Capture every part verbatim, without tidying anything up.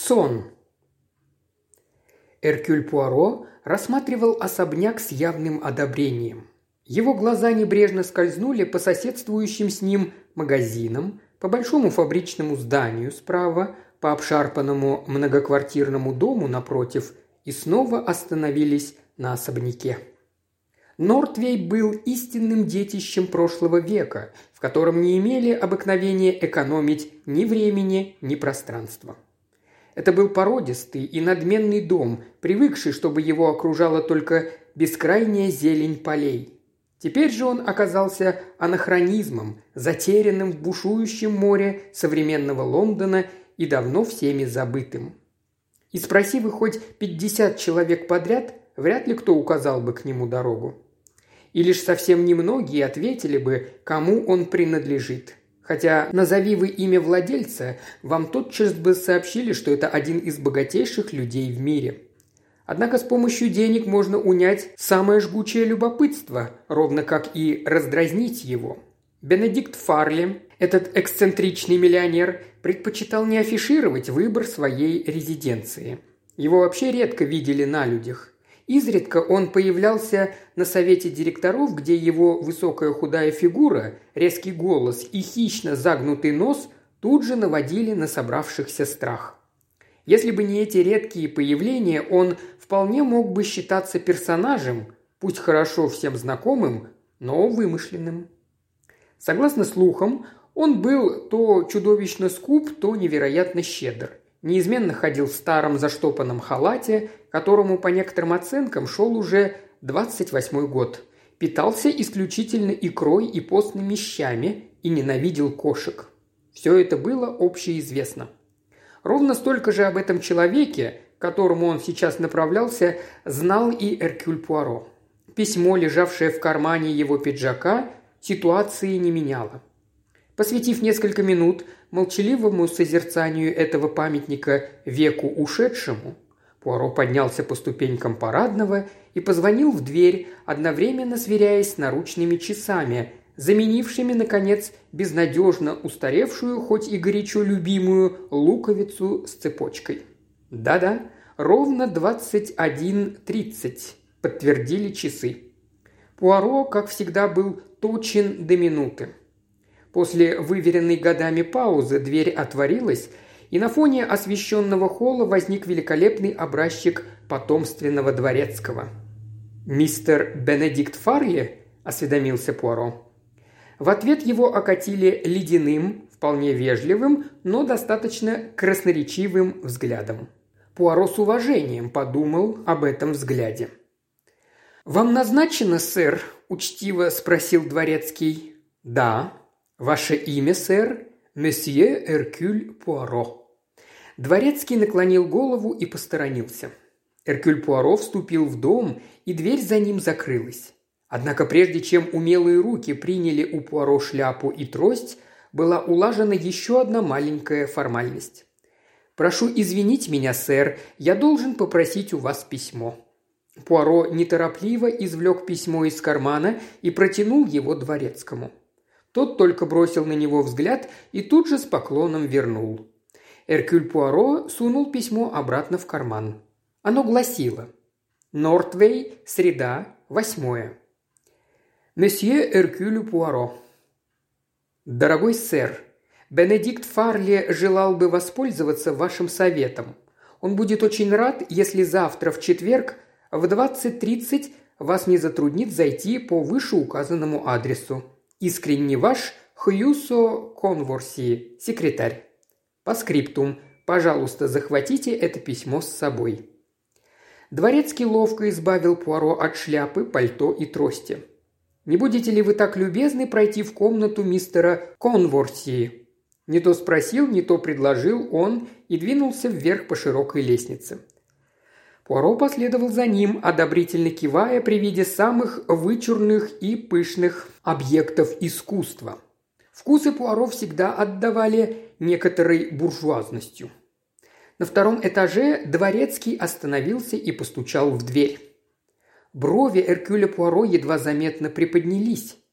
Сон. Эркюль Пуаро рассматривал особняк с явным одобрением. Его глаза небрежно скользнули по соседствующим с ним магазинам, по большому фабричному зданию справа, по обшарпанному многоквартирному дому напротив и снова остановились на особняке. Нортвей был истинным детищем прошлого века, в котором не имели обыкновения экономить ни времени, ни пространства. Это был породистый и надменный дом, привыкший, чтобы его окружала только бескрайняя зелень полей. Теперь же он оказался анахронизмом, затерянным в бушующем море современного Лондона и давно всеми забытым. И спроси вы хоть пятьдесят человек подряд, вряд ли кто указал бы к нему дорогу. И лишь совсем немногие ответили бы, кому он принадлежит. Хотя назови вы имя владельца, вам тотчас бы сообщили, что это один из богатейших людей в мире. Однако с помощью денег можно унять самое жгучее любопытство, ровно как и раздразнить его. Бенедикт Фарли, этот эксцентричный миллионер, предпочитал не афишировать выбор своей резиденции. Его вообще редко видели на людях. Изредка он появлялся на совете директоров, где его высокая худая фигура, резкий голос и хищно загнутый нос тут же наводили на собравшихся страх. Если бы не эти редкие появления, он вполне мог бы считаться персонажем, пусть хорошо всем знакомым, но вымышленным. Согласно слухам, он был то чудовищно скуп, то невероятно щедр. Неизменно ходил в старом заштопанном халате, которому по некоторым оценкам шел уже двадцать восьмой год. Питался исключительно икрой и постными щами и ненавидел кошек. Все это было общеизвестно. Ровно столько же об этом человеке, к которому он сейчас направлялся, знал и Эркюль Пуаро. Письмо, лежавшее в кармане его пиджака, ситуации не меняло. Посвятив несколько минут молчаливому созерцанию этого памятника веку ушедшему, Пуаро поднялся по ступенькам парадного и позвонил в дверь, одновременно сверяясь с наручными часами, заменившими, наконец, безнадежно устаревшую, хоть и горячо любимую, луковицу с цепочкой. «Да-да, ровно двадцать один тридцать», – подтвердили часы. Пуаро, как всегда, был точен до минуты. После выверенной годами паузы дверь отворилась, и на фоне освещенного холла возник великолепный образчик потомственного дворецкого. «Мистер Бенедикт Фарли?» – осведомился Пуаро. В ответ его окатили ледяным, вполне вежливым, но достаточно красноречивым взглядом. Пуаро с уважением подумал об этом взгляде. «Вам назначено, сэр?» – учтиво спросил дворецкий. «Да». «Ваше имя, сэр?» «Месье Эркюль Пуаро». Дворецкий наклонил голову и посторонился. Эркюль Пуаро вступил в дом, и дверь за ним закрылась. Однако прежде чем умелые руки приняли у Пуаро шляпу и трость, была улажена еще одна маленькая формальность. «Прошу извинить меня, сэр, я должен попросить у вас письмо». Пуаро неторопливо извлек письмо из кармана и протянул его дворецкому. Тот только бросил на него взгляд и тут же с поклоном вернул. Эркюль Пуаро сунул письмо обратно в карман. Оно гласило: «Нортвей, среда, восьмое. Месье Эркюль Пуаро. Дорогой сэр, Бенедикт Фарли желал бы воспользоваться вашим советом. Он будет очень рад, если завтра в четверг в двадцать тридцать вас не затруднит зайти по вышеуказанному адресу. Искренне ваш Хьюсо Конворси, секретарь. По скриптум. Пожалуйста, захватите это письмо с собой». Дворецкий ловко избавил Пуаро от шляпы, пальто и трости. «Не будете ли вы так любезны пройти в комнату мистера Конворси?» Не то спросил, не то предложил он и двинулся вверх по широкой лестнице. Пуаро последовал за ним, одобрительно кивая при виде самых вычурных и пышных объектов искусства. Вкусы Пуаро всегда отдавали некоторой буржуазностью. На втором этаже дворецкий остановился и постучал в дверь. Брови Эркюля Пуаро едва заметно приподнялись.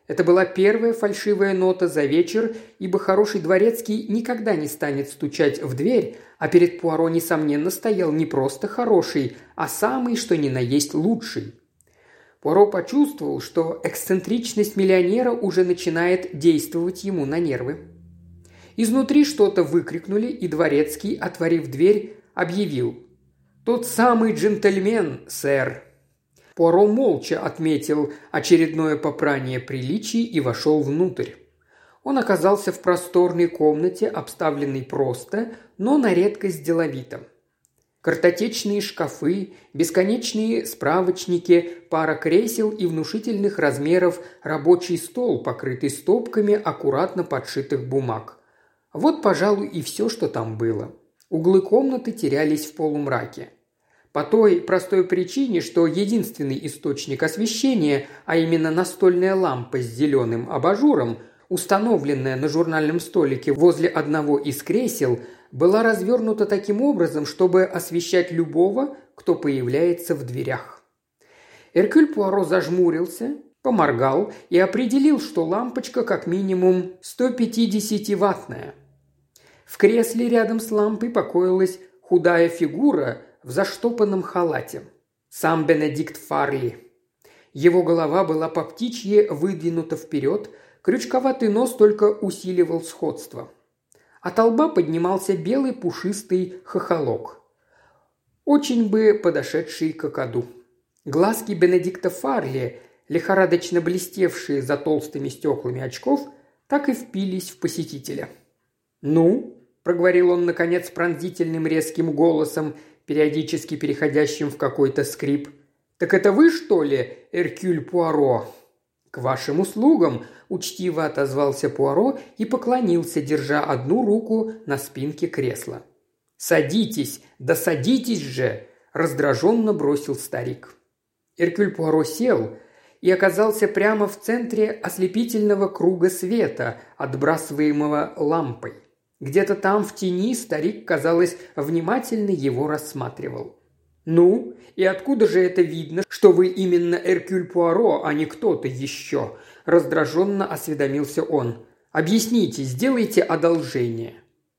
Это была первая фальшивая нота за вечер, ибо хороший дворецкий никогда не станет стучать в дверь, а перед Пуаро, несомненно, стоял не просто хороший, а самый, что ни на есть, лучший. Пуаро почувствовал, что эксцентричность миллионера уже начинает действовать ему на нервы. Изнутри что-то выкрикнули, и дворецкий, отворив дверь, объявил: «Тот самый джентльмен, сэр». Пуаро молча отметил очередное попрание приличий и вошел внутрь. Он оказался в просторной комнате, обставленной просто, но на редкость деловито. Картотечные шкафы, бесконечные справочники, пара кресел и внушительных размеров рабочий стол, покрытый стопками аккуратно подшитых бумаг. Вот, пожалуй, и все, что там было. Углы комнаты терялись в полумраке. По той простой причине, что единственный источник освещения, а именно настольная лампа с зеленым абажуром, установленная на журнальном столике возле одного из кресел, была развернута таким образом, чтобы освещать любого, кто появляется в дверях. Эркюль Пуаро зажмурился, поморгал и определил, что лампочка как минимум сто пятидесятиваттная. В кресле рядом с лампой покоилась худая фигура в заштопанном халате. Сам Бенедикт Фарли. Его голова была по птичье выдвинута вперед, крючковатый нос только усиливал сходство. От лба поднимался белый пушистый хохолок, очень бы подошедший к какаду. Глазки Бенедикта Фарли, лихорадочно блестевшие за толстыми стеклами очков, так и впились в посетителя. «Ну?» – проговорил он, наконец, пронзительным резким голосом, периодически переходящим в какой-то скрип. «Так это вы, что ли, Эркюль Пуаро?» «К вашим услугам», – учтиво отозвался Пуаро и поклонился, держа одну руку на спинке кресла. «Садитесь, да садитесь же!» – раздраженно бросил старик. Эркюль Пуаро сел и оказался прямо в центре ослепительного круга света, отбрасываемого лампой. Где-то там в тени старик, казалось, внимательно его рассматривал. «Ну, и откуда же это видно, что вы именно Эркюль Пуаро, а не кто-то еще?» – раздраженно осведомился он. «Объясните, сделайте одолжение».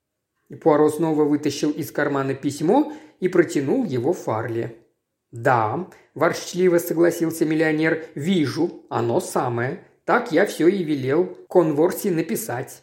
И Пуаро снова вытащил из кармана письмо и протянул его Фарли. «Да», – ворчливо согласился миллионер, – «вижу, оно самое. Так я все и велел Конворси написать».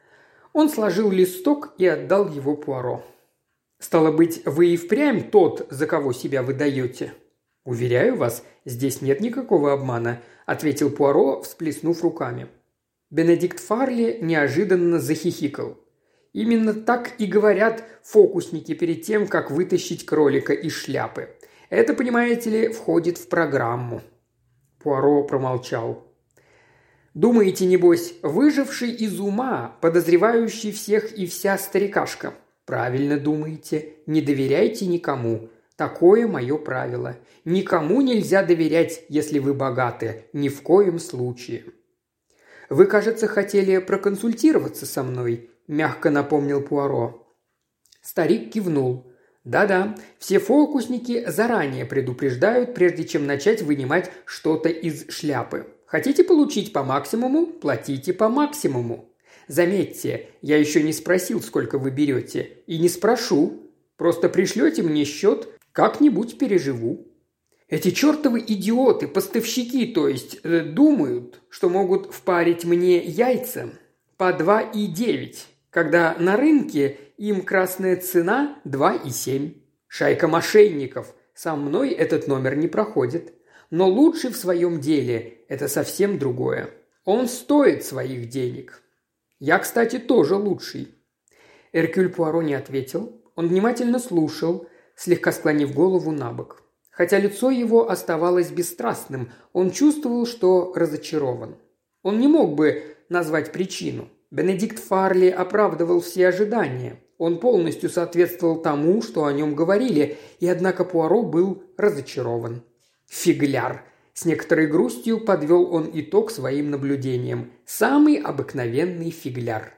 Он сложил листок и отдал его Пуаро. «Стало быть, вы и впрямь тот, за кого себя выдаете?» «Уверяю вас, здесь нет никакого обмана», – ответил Пуаро, всплеснув руками. Бенедикт Фарли неожиданно захихикал. «Именно так и говорят фокусники перед тем, как вытащить кролика из шляпы. Это, понимаете ли, входит в программу». Пуаро промолчал. «Думаете, небось, выживший из ума, подозревающий всех и вся старикашка? Правильно думаете. Не доверяйте никому. Такое мое правило. Никому нельзя доверять, если вы богаты. Ни в коем случае». «Вы, кажется, хотели проконсультироваться со мной», – мягко напомнил Пуаро. Старик кивнул. «Да-да, все фокусники заранее предупреждают, прежде чем начать вынимать что-то из шляпы. Хотите получить по максимуму – платите по максимуму. Заметьте, я еще не спросил, сколько вы берете. И не спрошу. Просто пришлете мне счет, как-нибудь переживу». «Эти чертовы идиоты, поставщики, то есть, э, думают, что могут впарить мне яйца по два и девять, когда на рынке им красная цена два и семь. Шайка мошенников. Со мной этот номер не проходит. Но лучший в своем деле – это совсем другое. Он стоит своих денег. Я, кстати, тоже лучший». Эркюль Пуаро не ответил. Он внимательно слушал, слегка склонив голову на бок. Хотя лицо его оставалось бесстрастным, он чувствовал, что разочарован. Он не мог бы назвать причину. Бенедикт Фарли оправдывал все ожидания. Он полностью соответствовал тому, что о нем говорили, и однако Пуаро был разочарован. «Фигляр!» – с некоторой грустью подвел он итог своим наблюдениям. «Самый обыкновенный фигляр».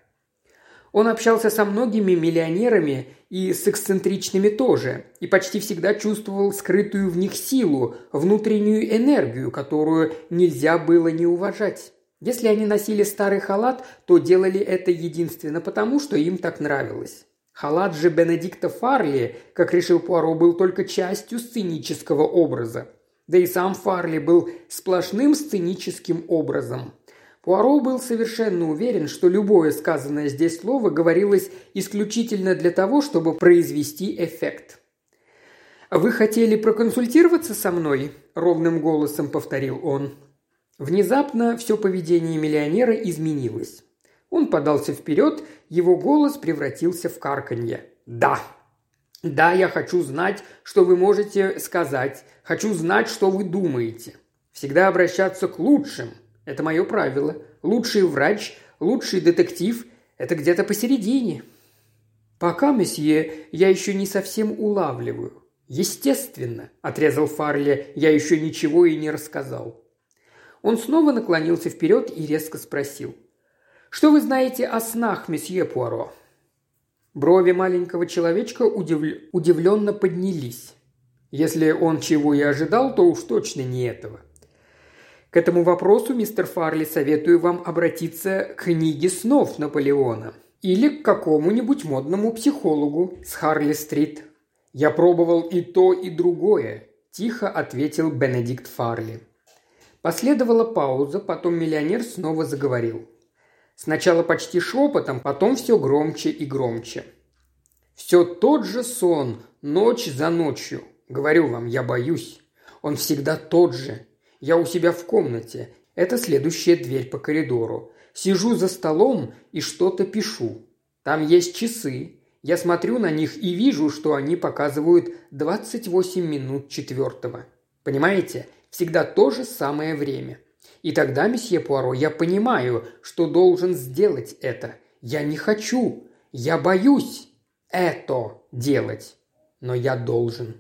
Он общался со многими миллионерами и с эксцентричными тоже, и почти всегда чувствовал скрытую в них силу, внутреннюю энергию, которую нельзя было не уважать. Если они носили старый халат, то делали это единственно потому, что им так нравилось. Халат же Бенедикта Фарли, как решил Пуаро, был только частью сценического образа. Да и сам Фарли был сплошным сценическим образом. Пуаро был совершенно уверен, что любое сказанное здесь слово говорилось исключительно для того, чтобы произвести эффект. «Вы хотели проконсультироваться со мной?» – ровным голосом повторил он. Внезапно все поведение миллионера изменилось. Он подался вперед, его голос превратился в карканье. «Да! Да, я хочу знать, что вы можете сказать. Хочу знать, что вы думаете. Всегда обращаться к лучшим. Это мое правило. Лучший врач, лучший детектив – это где-то посередине». «Пока, месье, я еще не совсем улавливаю». «Естественно», – отрезал Фарли, – «я еще ничего и не рассказал». Он снова наклонился вперед и резко спросил. «Что вы знаете о снах, месье Пуаро?» Брови маленького человечка удив... удивленно поднялись. Если он чего и ожидал, то уж точно не этого. К этому вопросу, мистер Фарли, советую вам обратиться к книге снов Наполеона или к какому-нибудь модному психологу с Харли-стрит. «Я пробовал и то, и другое», – тихо ответил Бенедикт Фарли. Последовала пауза, потом миллионер снова заговорил. Сначала почти шепотом, потом все громче и громче. «Все тот же сон, ночь за ночью. Говорю вам, я боюсь. Он всегда тот же. Я у себя в комнате. Это следующая дверь по коридору. Сижу за столом и что-то пишу. Там есть часы. Я смотрю на них и вижу, что они показывают двадцать восемь минут четвертого. Понимаете? Всегда то же самое время. И тогда, месье Пуаро, я понимаю, что должен сделать это. Я не хочу. Я боюсь это делать. Но я должен».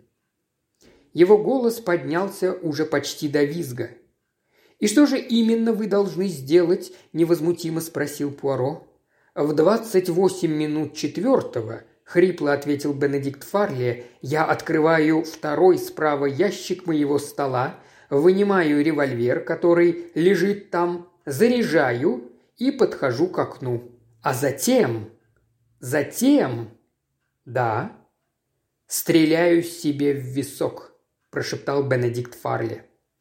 Его голос поднялся уже почти до визга. «И что же именно вы должны сделать?» – невозмутимо спросил Пуаро. «В двадцать восемь минут четвертого», – хрипло ответил Бенедикт Фарли, – «я открываю второй справа ящик моего стола, вынимаю револьвер, который лежит там, заряжаю и подхожу к окну. А затем, затем, да, стреляю себе в висок», – прошептал Бенедикт Фарли.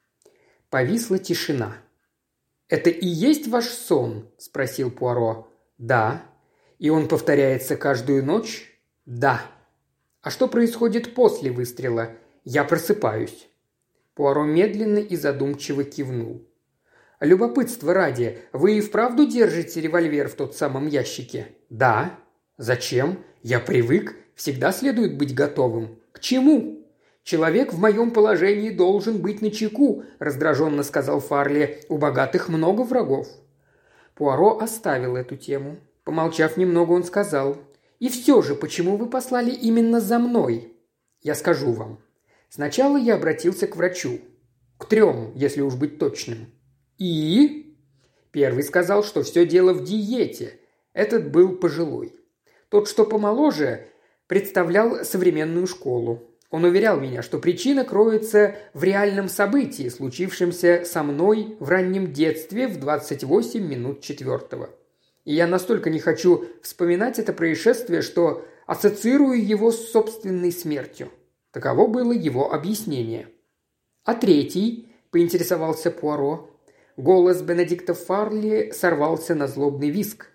Повисла тишина. «Это и есть ваш сон?» – спросил Пуаро. «Да». «И он повторяется каждую ночь?» «Да». «А что происходит после выстрела?» «Я просыпаюсь». Пуаро медленно и задумчиво кивнул. «Любопытство ради, вы и вправду держите револьвер в тот самом ящике?» «Да». «Зачем? Я привык. Всегда следует быть готовым». «К чему?» «Человек в моем положении должен быть начеку», – раздраженно сказал Фарли. «У богатых много врагов». Пуаро оставил эту тему. Помолчав немного, он сказал: «И все же, почему вы послали именно за мной?» «Я скажу вам. Сначала я обратился к врачу. К трем, если уж быть точным. И...» Первый сказал, что все дело в диете. Этот был пожилой. Тот, что помоложе, представлял современную школу. Он уверял меня, что причина кроется в реальном событии, случившемся со мной в раннем детстве в двадцать восемь минут четвертого. И я настолько не хочу вспоминать это происшествие, что ассоциирую его с собственной смертью. Таково было его объяснение. «А третий?» – поинтересовался Пуаро. Голос Бенедикта Фарли сорвался на злобный визг.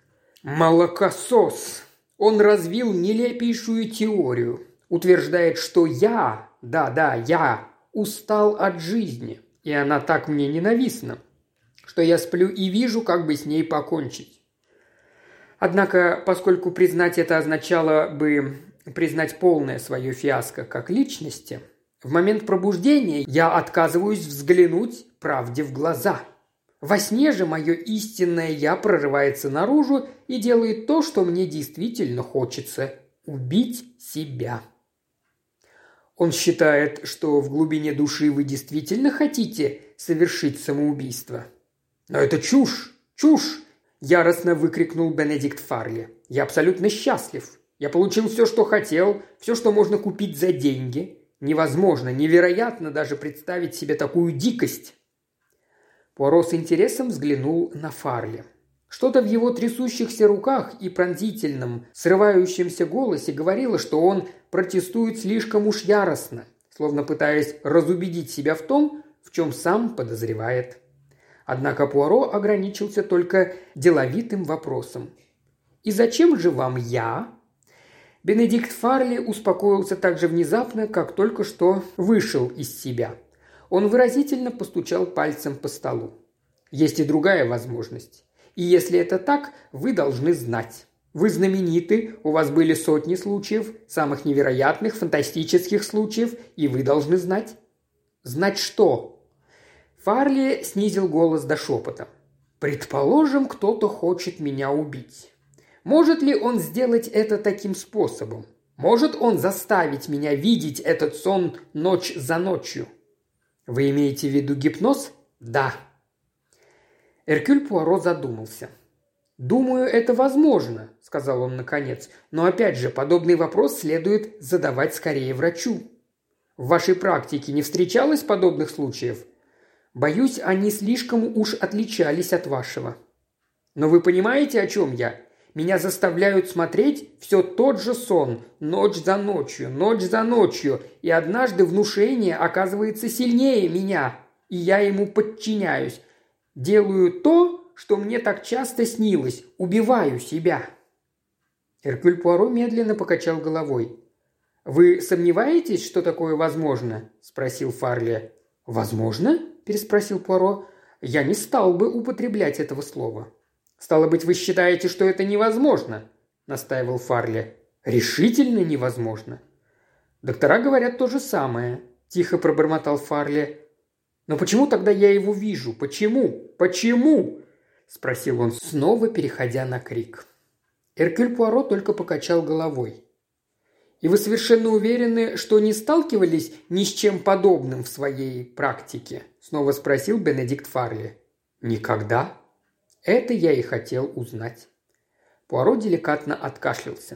«Молокосос! Он развил нелепейшую теорию. Утверждает, что я, да-да, я, устал от жизни, и она так мне ненавистна, что я сплю и вижу, как бы с ней покончить. Однако, поскольку признать это означало бы признать полное свое фиаско как личности, в момент пробуждения я отказываюсь взглянуть правде в глаза. Во сне же мое истинное «я» прорывается наружу и делает то, что мне действительно хочется – убить себя». Он считает, что в глубине души вы действительно хотите совершить самоубийство. «Но это чушь! Чушь!» – яростно выкрикнул Бенедикт Фарли. «Я абсолютно счастлив. Я получил все, что хотел, все, что можно купить за деньги. Невозможно, невероятно даже представить себе такую дикость». Пуаро с интересом взглянул на Фарли. Что-то в его трясущихся руках и пронзительном, срывающемся голосе говорило, что он протестует слишком уж яростно, словно пытаясь разубедить себя в том, в чем сам подозревает. Однако Пуаро ограничился только деловитым вопросом. «И зачем же вам я?» Бенедикт Фарли успокоился так же внезапно, как только что вышел из себя. Он выразительно постучал пальцем по столу. «Есть и другая возможность. И если это так, вы должны знать. Вы знамениты, у вас были сотни случаев, самых невероятных, фантастических случаев, и вы должны знать». «Знать что?» Фарли снизил голос до шепота. «Предположим, кто-то хочет меня убить. Может ли он сделать это таким способом? Может он заставить меня видеть этот сон ночь за ночью?» «Вы имеете в виду гипноз?» «Да». Эркюль Пуаро задумался. «Думаю, это возможно», – сказал он наконец. «Но опять же, подобный вопрос следует задавать скорее врачу. В вашей практике не встречалось подобных случаев? Боюсь, они слишком уж отличались от вашего. Но вы понимаете, о чем я? Меня заставляют смотреть все тот же сон, ночь за ночью, ночь за ночью, и однажды внушение оказывается сильнее меня, и я ему подчиняюсь. Делаю то, что мне так часто снилось, убиваю себя». Эркюль Пуаро медленно покачал головой. «Вы сомневаетесь, что такое возможно?» – спросил Фарли. «Возможно?» – переспросил Пуаро. «Я не стал бы употреблять этого слова». «Стало быть, вы считаете, что это невозможно?» – настаивал Фарли. «Решительно невозможно». «Доктора говорят то же самое», – тихо пробормотал Фарли. «Но почему тогда я его вижу? Почему? Почему?» – спросил он, снова переходя на крик. Эркюль Пуаро только покачал головой. «И вы совершенно уверены, что не сталкивались ни с чем подобным в своей практике?» – снова спросил Бенедикт Фарли. «Никогда?» «Это я и хотел узнать». Пуаро деликатно откашлялся.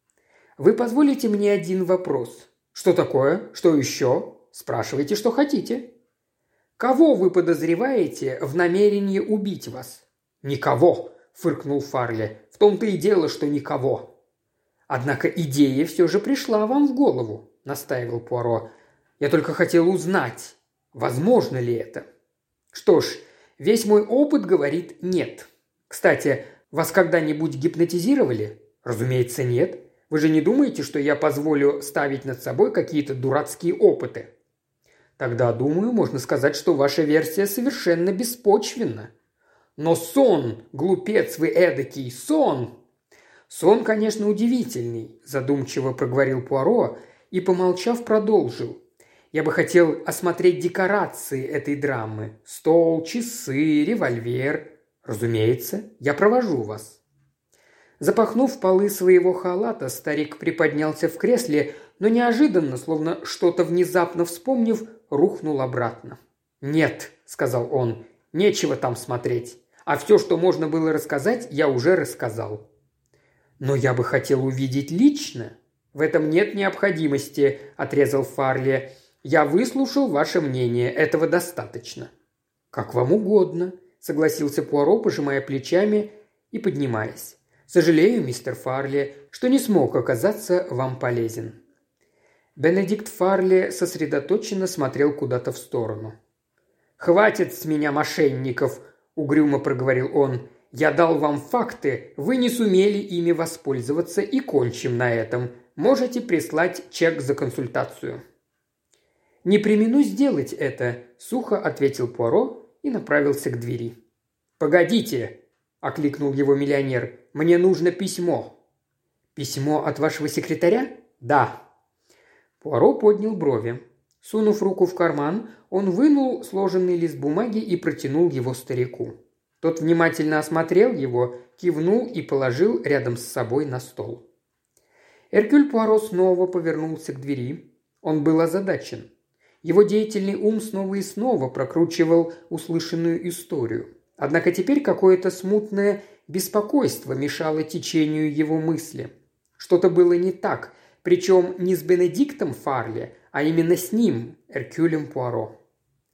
«Вы позволите мне один вопрос?» «Что такое? Что еще?» «Спрашивайте, что хотите». «Кого вы подозреваете в намерении убить вас?» «Никого», – фыркнул Фарли. «В том-то и дело, что никого». «Однако идея все же пришла вам в голову», – настаивал Пуаро. «Я только хотел узнать, возможно ли это». «Что ж, весь мой опыт говорит нет. Кстати, вас когда-нибудь гипнотизировали?» «Разумеется, нет. Вы же не думаете, что я позволю ставить над собой какие-то дурацкие опыты?» «Тогда, думаю, можно сказать, что ваша версия совершенно беспочвенна». «Но сон, глупец вы эдакий, сон!» «Сон, конечно, удивительный», – задумчиво проговорил Пуаро и, помолчав, продолжил. «Я бы хотел осмотреть декорации этой драмы. Стол, часы, револьвер. Разумеется, я провожу вас». Запахнув полы своего халата, старик приподнялся в кресле, но неожиданно, словно что-то внезапно вспомнив, рухнул обратно. «Нет», – сказал он, – «нечего там смотреть. А все, что можно было рассказать, я уже рассказал». «Но я бы хотел увидеть лично». «В этом нет необходимости», – отрезал Фарли. «Я выслушал ваше мнение. Этого достаточно». «Как вам угодно», – согласился Пуаро, пожимая плечами и поднимаясь. «Сожалею, мистер Фарли, что не смог оказаться вам полезен». Бенедикт Фарли сосредоточенно смотрел куда-то в сторону. «Хватит с меня мошенников», – угрюмо проговорил он. «Я дал вам факты, вы не сумели ими воспользоваться, и кончим на этом. Можете прислать чек за консультацию». «Не премину сделать это», – сухо ответил Пуаро и направился к двери. «Погодите», – окликнул его миллионер, – «мне нужно письмо». «Письмо от вашего секретаря?» «Да». Пуаро поднял брови. Сунув руку в карман, он вынул сложенный лист бумаги и протянул его старику. Тот внимательно осмотрел его, кивнул и положил рядом с собой на стол. Эркюль Пуаро снова повернулся к двери. Он был озадачен. Его деятельный ум снова и снова прокручивал услышанную историю. Однако теперь какое-то смутное беспокойство мешало течению его мысли. Что-то было не так, причем не с Бенедиктом Фарли, а именно с ним, Эркюлем Пуаро.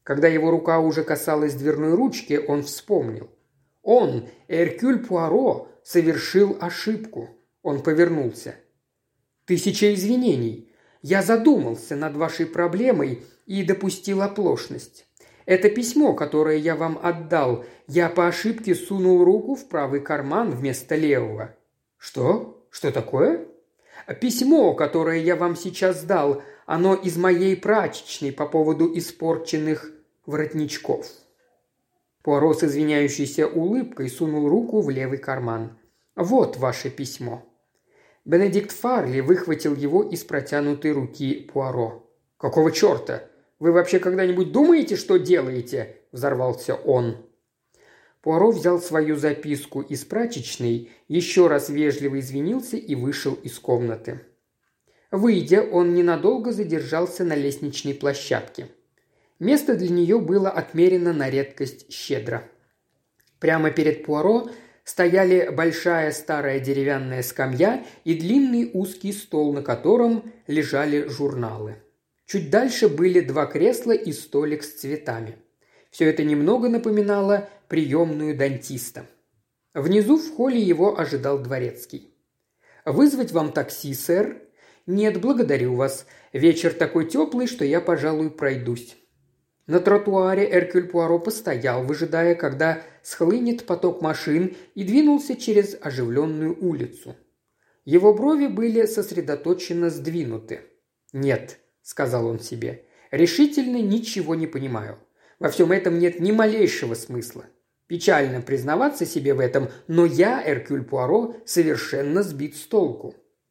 Когда его рука уже касалась дверной ручки, он вспомнил. Он, Эркюль Пуаро, совершил ошибку. Он повернулся. «Тысяча извинений. Я задумался над вашей проблемой и допустил оплошность. Это письмо, которое я вам отдал, я по ошибке сунул руку в правый карман вместо левого». «Что? Что такое?» «Письмо, которое я вам сейчас дал, оно из моей прачечной по поводу испорченных воротничков». Пуаро с извиняющейся улыбкой сунул руку в левый карман. «Вот ваше письмо». Бенедикт Фарли выхватил его из протянутой руки Пуаро. «Какого черта? Вы вообще когда-нибудь думаете, что делаете?» – взорвался он. Пуаро взял свою записку из прачечной, еще раз вежливо извинился и вышел из комнаты. Выйдя, он ненадолго задержался на лестничной площадке. Место для нее было отмерено на редкость щедро. Прямо перед Пуаро стояли большая старая деревянная скамья и длинный узкий стол, на котором лежали журналы. Чуть дальше были два кресла и столик с цветами. Все это немного напоминало приемную дантиста. Внизу в холле его ожидал дворецкий. «Вызвать вам такси, сэр?» «Нет, благодарю вас. Вечер такой теплый, что я, пожалуй, пройдусь». На тротуаре Эркюль Пуаро постоял, выжидая, когда схлынет поток машин, и двинулся через оживленную улицу. Его брови были сосредоточенно сдвинуты. «Нет», – сказал он себе, – «решительно ничего не понимаю. Во всем этом нет ни малейшего смысла. Печально признаваться себе в этом, но я, Эркюль Пуаро, совершенно сбит с толку».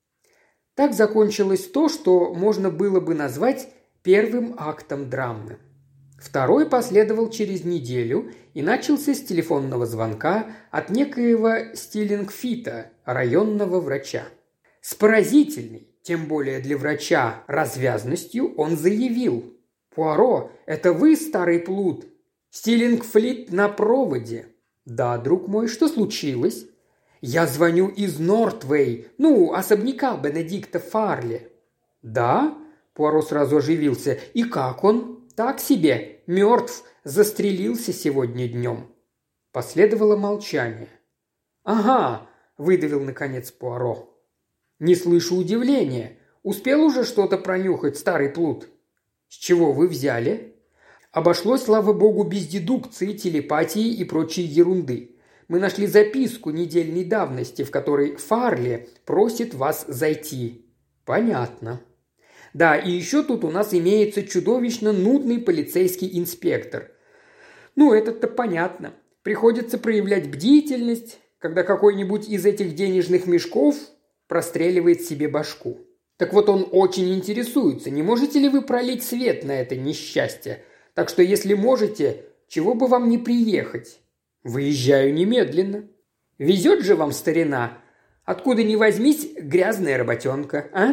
Так закончилось то, что можно было бы назвать первым актом драмы. Второй последовал через неделю и начался с телефонного звонка от некоего Стиллингфита, районного врача. С поразительной, тем более для врача, развязностью он заявил: «Пуаро, это вы, старый плут? Стиллингфлит на проводе». «Да, друг мой, что случилось?» «Я звоню из Нортвей, ну, особняка Бенедикта Фарли». «Да?» – Пуаро сразу оживился. «И как он?» «Так себе, мертв, застрелился сегодня днем». Последовало молчание. «Ага», – выдавил наконец Пуаро. «Не слышу удивления. Успел уже что-то пронюхать, старый плут?» «С чего вы взяли?» «Обошлось, слава богу, без дедукции, телепатии и прочей ерунды. Мы нашли записку недельной давности, в которой Фарли просит вас зайти». «Понятно». «Да, и еще тут у нас имеется чудовищно нудный полицейский инспектор». «Ну, это-то понятно. Приходится проявлять бдительность, когда какой-нибудь из этих денежных мешков простреливает себе башку. Так вот он очень интересуется, не можете ли вы пролить свет на это несчастье? Так что, если можете, чего бы вам не приехать? Выезжаю немедленно. Везет же вам, старина. Откуда ни возьмись, грязная работенка, а?»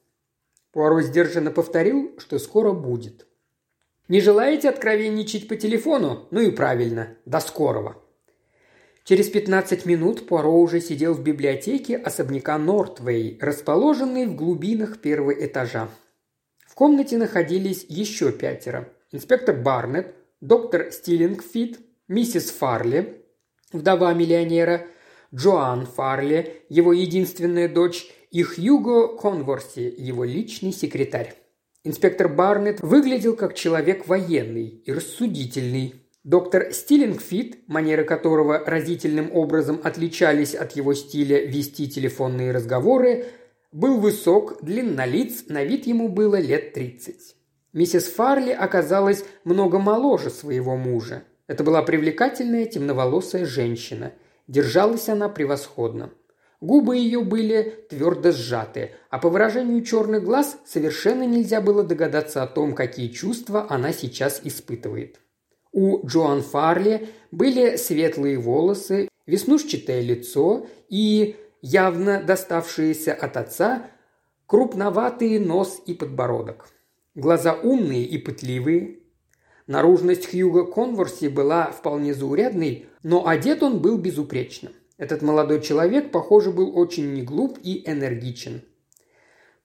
Пуаро сдержанно повторил, что скоро будет. «Не желаете откровенничать по телефону? Ну и правильно. До скорого». Через пятнадцать минут Пуаро уже сидел в библиотеке особняка Нортвей, расположенной в глубинах первого этажа. В комнате находились еще пятеро. Инспектор Барнетт, доктор Стиллингфит, миссис Фарли, вдова миллионера, Джоан Фарли, его единственная дочь, и Хьюго Конворси, его личный секретарь. Инспектор Барнетт выглядел как человек военный и рассудительный. Доктор Стиллингфит, манеры которого разительным образом отличались от его стиля вести телефонные разговоры, был высок, длиннолиц, на вид ему было лет тридцать. Миссис Фарли оказалась много моложе своего мужа. Это была привлекательная темноволосая женщина. Держалась она превосходно. Губы ее были твердо сжаты, а по выражению черных глаз совершенно нельзя было догадаться о том, какие чувства она сейчас испытывает. У Джоан Фарли были светлые волосы, веснушчатое лицо и, явно доставшиеся от отца, крупноватые нос и подбородок. Глаза умные и пытливые. Наружность Хьюго Конворси была вполне заурядной, но одет он был безупречно. Этот молодой человек, похоже, был очень неглуп и энергичен.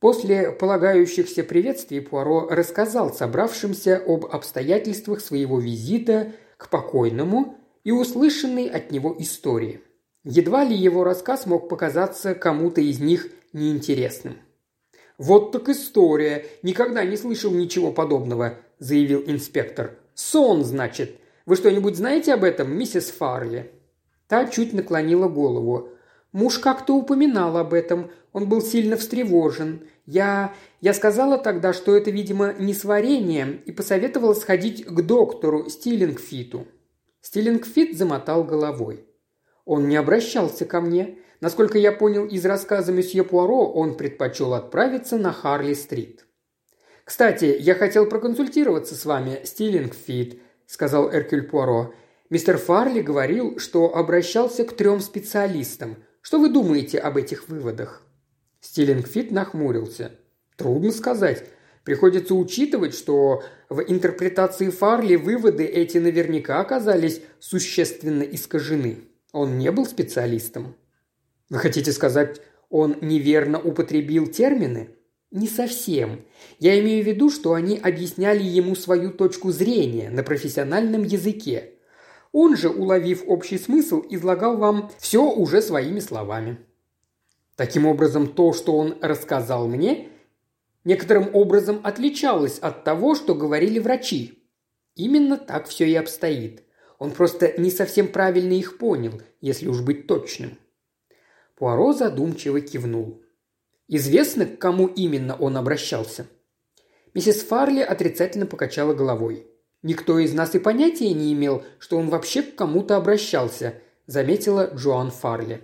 После полагающихся приветствий Пуаро рассказал собравшимся об обстоятельствах своего визита к покойному и услышанной от него истории. Едва ли его рассказ мог показаться кому-то из них неинтересным. «Вот так история! Никогда не слышал ничего подобного», – заявил инспектор. «Сон, значит. Вы что-нибудь знаете об этом, миссис Фарли?» Та чуть наклонила голову. «Муж как-то упоминал об этом. Он был сильно встревожен. Я... я сказала тогда, что это, видимо, несварение, и посоветовала сходить к доктору Стиллингфиту». Стиллингфит замотал головой. «Он не обращался ко мне. Насколько я понял из рассказа месье Пуаро, он предпочел отправиться на Харли-стрит». «Кстати, я хотел проконсультироваться с вами, Стиллингфит», – сказал Эркюль Пуаро. «Мистер Фарли говорил, что обращался к трем специалистам. Что вы думаете об этих выводах?» Стиллингфит нахмурился. «Трудно сказать. Приходится учитывать, что в интерпретации Фарли выводы эти наверняка оказались существенно искажены. Он не был специалистом». «Вы хотите сказать, он неверно употребил термины?» «Не совсем. Я имею в виду, что они объясняли ему свою точку зрения на профессиональном языке. Он же, уловив общий смысл, излагал вам все уже своими словами». «Таким образом, то, что он рассказал мне, некоторым образом отличалось от того, что говорили врачи». «Именно так все и обстоит. Он просто не совсем правильно их понял, если уж быть точным». Пуаро задумчиво кивнул. «Известно, к кому именно он обращался?» Миссис Фарли отрицательно покачала головой. «Никто из нас и понятия не имел, что он вообще к кому-то обращался», – заметила Джоан Фарли.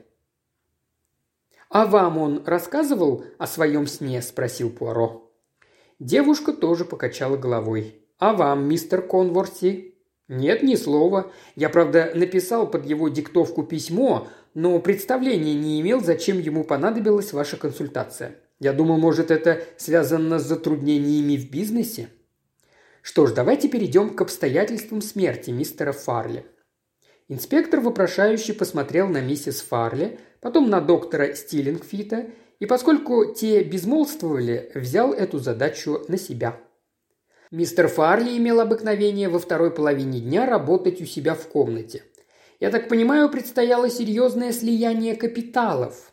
«А вам он рассказывал о своем сне?» – спросил Пуаро. Девушка тоже покачала головой. «А вам, мистер Конворси?» «Нет, ни слова. Я, правда, написал под его диктовку письмо, но представления не имел, зачем ему понадобилась ваша консультация. Я думаю, может, это связано с затруднениями в бизнесе?» «Что ж, давайте перейдем к обстоятельствам смерти мистера Фарли». Инспектор вопрошающе посмотрел на миссис Фарли, потом на доктора Стиллингфита, и поскольку те безмолвствовали, взял эту задачу на себя. Мистер Фарли имел обыкновение во второй половине дня работать у себя в комнате. Я так понимаю, предстояло серьезное слияние капиталов.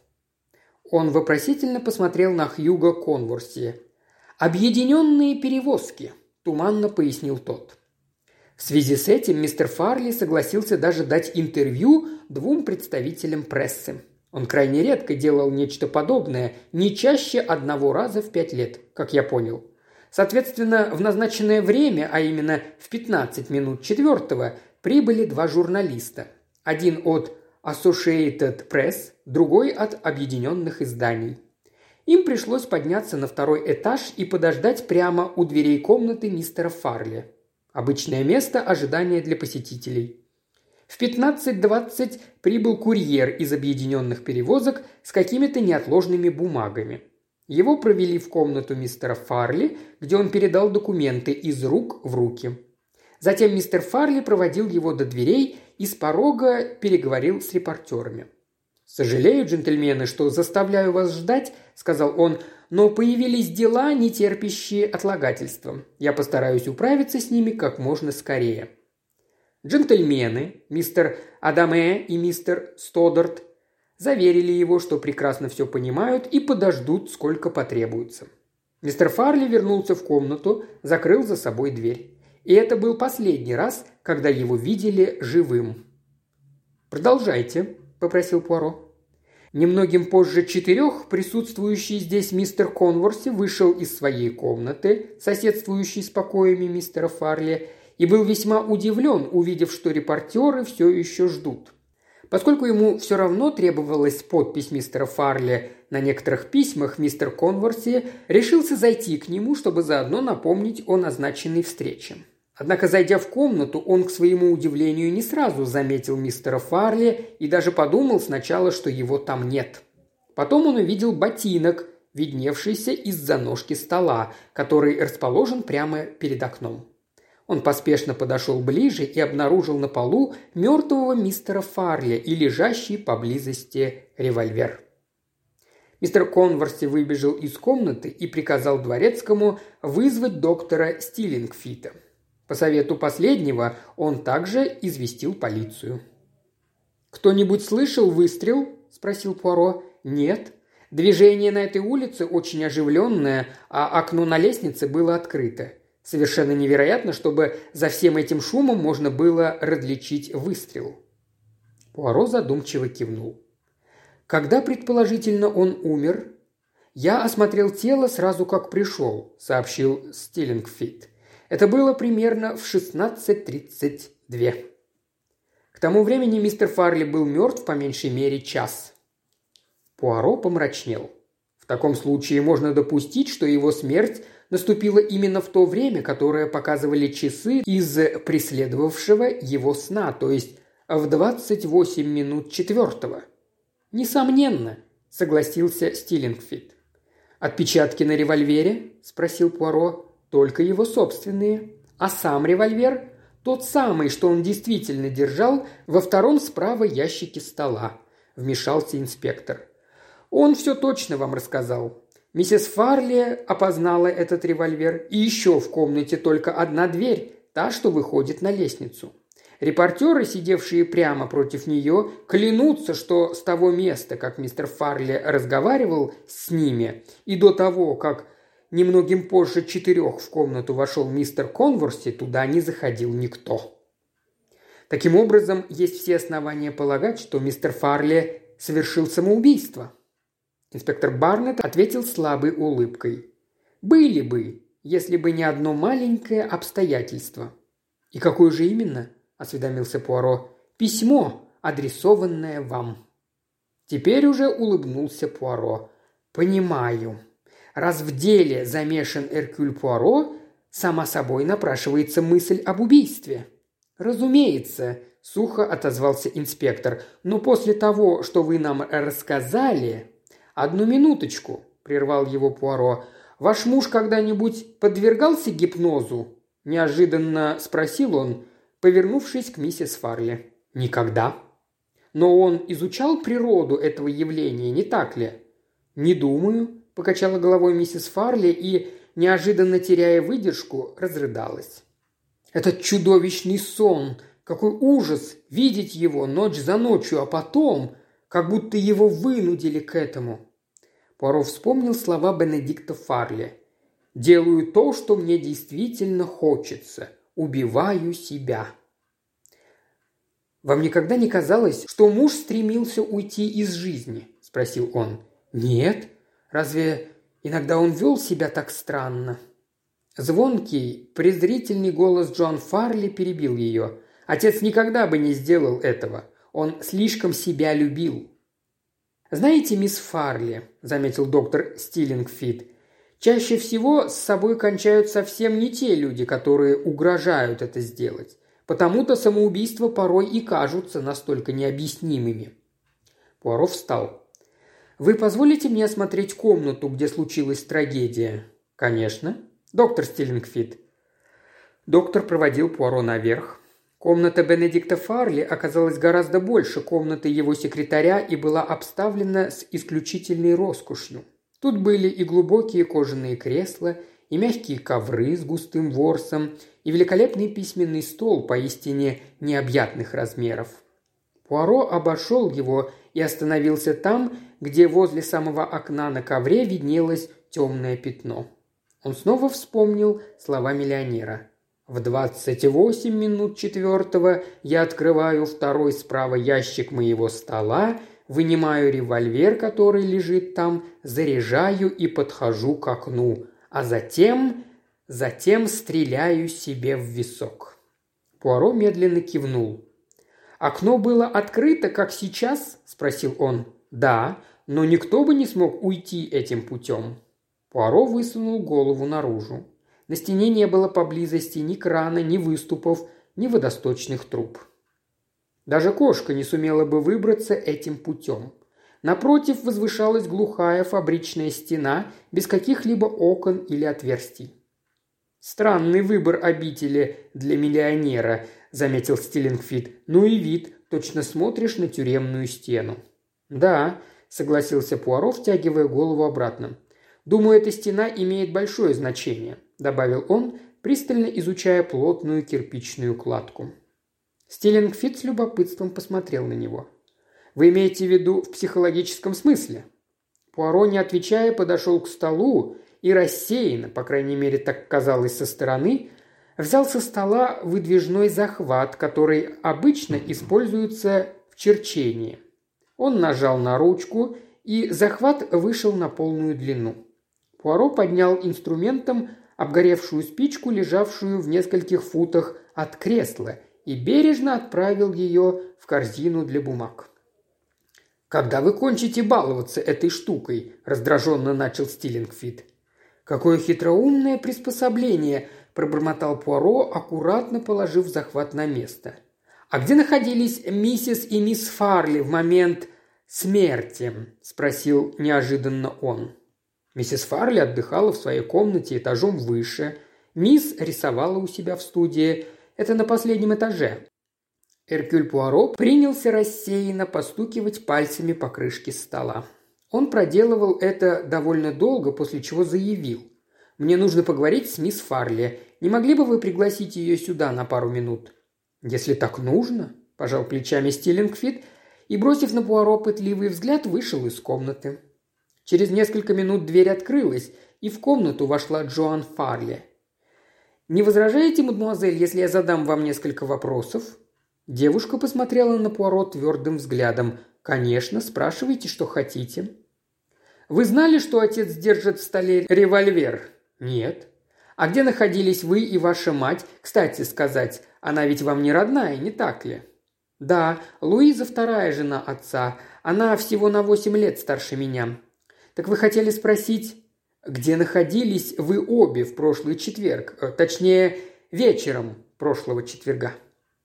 Он вопросительно посмотрел на Хьюго Конворси. «Объединенные перевозки», – туманно пояснил тот. В связи с этим мистер Фарли согласился даже дать интервью двум представителям прессы. Он крайне редко делал нечто подобное, не чаще одного раза в пять лет, как я понял. Соответственно, в назначенное время, а именно в пятнадцать минут четвертого, прибыли два журналиста. Один от Associated Press, другой от Объединенных изданий. Им пришлось подняться на второй этаж и подождать прямо у дверей комнаты мистера Фарли. Обычное место ожидания для посетителей. В пятнадцать двадцать прибыл курьер из Объединенных перевозок с какими-то неотложными бумагами. Его провели в комнату мистера Фарли, где он передал документы из рук в руки. Затем мистер Фарли проводил его до дверей и с порога переговорил с репортерами. «Сожалею, джентльмены, что заставляю вас ждать», – сказал он, – «но появились дела, не терпящие отлагательства. Я постараюсь управиться с ними как можно скорее». Джентльмены, мистер Адаме и мистер Стодарт, заверили его, что прекрасно все понимают и подождут, сколько потребуется. Мистер Фарли вернулся в комнату, закрыл за собой дверь. И это был последний раз, когда его видели живым. «Продолжайте», – попросил Пуаро. Немногим позже четырех присутствующий здесь мистер Конворси вышел из своей комнаты, соседствующей с покоями мистера Фарли, и был весьма удивлен, увидев, что репортеры все еще ждут. Поскольку ему все равно требовалась подпись мистера Фарли на некоторых письмах, мистер Конворси решился зайти к нему, чтобы заодно напомнить о назначенной встрече. Однако, зайдя в комнату, он, к своему удивлению, не сразу заметил мистера Фарли и даже подумал сначала, что его там нет. Потом он увидел ботинок, видневшийся из-за ножки стола, который расположен прямо перед окном. Он поспешно подошел ближе и обнаружил на полу мертвого мистера Фарли и лежащий поблизости револьвер. Мистер Конворси выбежал из комнаты и приказал дворецкому вызвать доктора Стиллингфита. По совету последнего он также известил полицию. «Кто-нибудь слышал выстрел?» – спросил Пуаро. «Нет. Движение на этой улице очень оживленное, а окно на лестнице было открыто. Совершенно невероятно, чтобы за всем этим шумом можно было различить выстрел». Пуаро задумчиво кивнул. «Когда, предположительно, он умер?» «Я осмотрел тело сразу как пришел», – сообщил Стиллингфит. «Это было примерно в шестнадцать тридцать два. К тому времени мистер Фарли был мертв по меньшей мере час». Пуаро помрачнел. В таком случае можно допустить, что его смерть наступила именно в то время, которое показывали часы из преследовавшего его сна, то есть в двадцать восемь минут четвертого. «Несомненно», – согласился Стиллингфит. «Отпечатки на револьвере?» – спросил Пуаро. «Только его собственные. А сам револьвер? Тот самый, что он действительно держал во втором справа ящике стола», – вмешался инспектор. «Он все точно вам рассказал. Миссис Фарли опознала этот револьвер, и еще в комнате только одна дверь, та, что выходит на лестницу. Репортеры, сидевшие прямо против нее, клянутся, что с того места, как мистер Фарли разговаривал с ними, и до того, как немногим позже четырех в комнату вошел мистер Конворси, туда не заходил никто. Таким образом, есть все основания полагать, что мистер Фарли совершил самоубийство». Инспектор Барнетт ответил слабой улыбкой. «Были бы, если бы не одно маленькое обстоятельство». «И какое же именно?» – осведомился Пуаро. «Письмо, адресованное вам». Теперь уже улыбнулся Пуаро. «Понимаю. Раз в деле замешан Эркюль Пуаро, сама собой напрашивается мысль об убийстве». «Разумеется», – сухо отозвался инспектор. «Но после того, что вы нам рассказали...» «Одну минуточку», – прервал его Пуаро. «Ваш муж когда-нибудь подвергался гипнозу?» – неожиданно спросил он, повернувшись к миссис Фарли. «Никогда». «Но он изучал природу этого явления, не так ли?» «Не думаю», – покачала головой миссис Фарли и, неожиданно теряя выдержку, разрыдалась. «Этот чудовищный сон! Какой ужас видеть его ночь за ночью, а потом, как будто его вынудили к этому». Пуаро вспомнил слова Бенедикта Фарли. «Делаю то, что мне действительно хочется. Убиваю себя». «Вам никогда не казалось, что муж стремился уйти из жизни?» – спросил он. «Нет. Разве иногда он вел себя так странно?» Звонкий, презрительный голос Джон Фарли перебил ее. «Отец никогда бы не сделал этого. Он слишком себя любил». «Знаете, мисс Фарли», – заметил доктор Стиллингфит, – «чаще всего с собой кончают совсем не те люди, которые угрожают это сделать. Потому-то самоубийства порой и кажутся настолько необъяснимыми». Пуаро встал. «Вы позволите мне осмотреть комнату, где случилась трагедия?» «Конечно. Доктор Стиллингфит». Доктор проводил Пуаро наверх. Комната Бенедикта Фарли оказалась гораздо больше комнаты его секретаря и была обставлена с исключительной роскошью. Тут были и глубокие кожаные кресла, и мягкие ковры с густым ворсом, и великолепный письменный стол поистине необъятных размеров. Пуаро обошел его и остановился там, где возле самого окна на ковре виднелось темное пятно. Он снова вспомнил слова миллионера. «В двадцать восемь минут четвертого я открываю второй справа ящик моего стола, вынимаю револьвер, который лежит там, заряжаю и подхожу к окну, а затем... затем стреляю себе в висок». Пуаро медленно кивнул. «Окно было открыто, как сейчас?» – спросил он. «Да, но никто бы не смог уйти этим путем». Пуаро высунул голову наружу. На стене не было поблизости ни крана, ни выступов, ни водосточных труб. Даже кошка не сумела бы выбраться этим путем. Напротив возвышалась глухая фабричная стена без каких-либо окон или отверстий. «Странный выбор обители для миллионера», – заметил Стиллингфит. «Ну и вид, точно смотришь на тюремную стену». «Да, согласился Пуаро, втягивая голову обратно. «Думаю, эта стена имеет большое значение», – добавил он, пристально изучая плотную кирпичную кладку. Стиллингфит с любопытством посмотрел на него. «Вы имеете в виду в психологическом смысле?» Пуаро, не отвечая, подошел к столу и рассеянно, по крайней мере так казалось со стороны, взял со стола выдвижной захват, который обычно используется в черчении. Он нажал на ручку, и захват вышел на полную длину. Пуаро поднял инструментом обгоревшую спичку, лежавшую в нескольких футах от кресла, и бережно отправил ее в корзину для бумаг. «Когда вы кончите баловаться этой штукой?» – раздраженно начал Стиллингфит. «Какое хитроумное приспособление!» – пробормотал Пуаро, аккуратно положив захват на место. «А где находились миссис и мисс Фарли в момент смерти?» – спросил неожиданно он. Миссис Фарли отдыхала в своей комнате этажом выше. Мисс рисовала у себя в студии. Это на последнем этаже. Эркюль Пуаро принялся рассеянно постукивать пальцами по крышке стола. Он проделывал это довольно долго, после чего заявил. «Мне нужно поговорить с мисс Фарли. Не могли бы вы пригласить ее сюда на пару минут?» «Если так нужно», – пожал плечами Стиллингфит и, бросив на Пуаро пытливый взгляд, вышел из комнаты. Через несколько минут дверь открылась, и в комнату вошла Джоан Фарли. «Не возражаете, мадемуазель, если я задам вам несколько вопросов?» Девушка посмотрела на Пуаро твердым взглядом. «Конечно, спрашивайте, что хотите». «Вы знали, что отец держит в столе револьвер?» «Нет». «А где находились вы и ваша мать? Кстати сказать, она ведь вам не родная, не так ли?» «Да, Луиза вторая жена отца. Она всего на восемь лет старше меня». «Так вы хотели спросить, где находились вы обе в прошлый четверг? Точнее, вечером прошлого четверга?»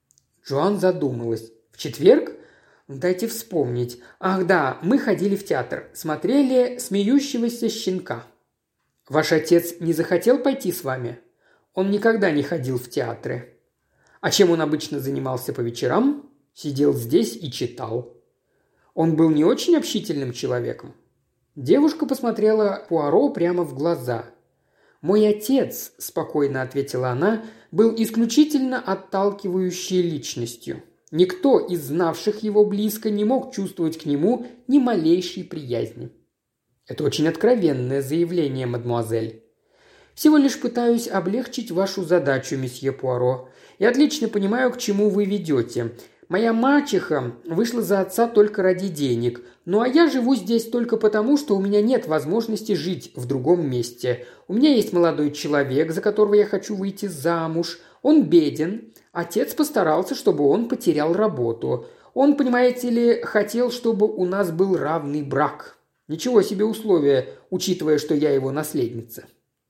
Джоан задумалась. «В четверг? Дайте вспомнить. Ах да, мы ходили в театр. Смотрели «Смеющегося щенка». Ваш отец не захотел пойти с вами? Он никогда не ходил в театры. А чем он обычно занимался по вечерам? Сидел здесь и читал. Он был не очень общительным человеком. Девушка посмотрела Пуаро прямо в глаза. «Мой отец», – спокойно ответила она, – «был исключительно отталкивающей личностью. Никто из знавших его близко не мог чувствовать к нему ни малейшей приязни». «Это очень откровенное заявление, мадемуазель». «Всего лишь пытаюсь облегчить вашу задачу, месье Пуаро. Я отлично понимаю, к чему вы ведете. Моя мачеха вышла за отца только ради денег, ну а я живу здесь только потому, что у меня нет возможности жить в другом месте. У меня есть молодой человек, за которого я хочу выйти замуж. Он беден. Отец постарался, чтобы он потерял работу. Он, понимаете ли, хотел, чтобы у нас был равный брак. Ничего себе условия, учитывая, что я его наследница».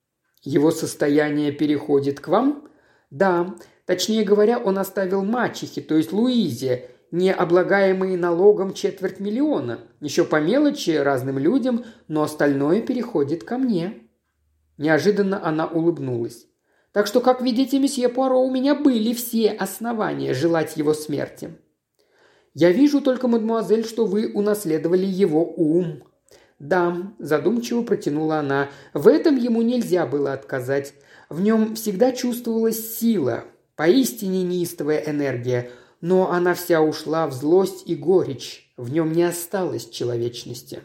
«Его состояние переходит к вам?» «Да. Точнее говоря, он оставил мачехе, то есть Луизе, не облагаемые налогом четверть миллиона. Еще по мелочи разным людям, но остальное переходит ко мне». Неожиданно она улыбнулась. «Так что, как видите, месье Пуаро, у меня были все основания желать его смерти». «Я вижу только, мадемуазель, что вы унаследовали его ум». «Да», – задумчиво протянула она, – «в этом ему нельзя было отказать. В нем всегда чувствовалась сила, поистине неистовая энергия, но она вся ушла в злость и горечь, в нем не осталось человечности».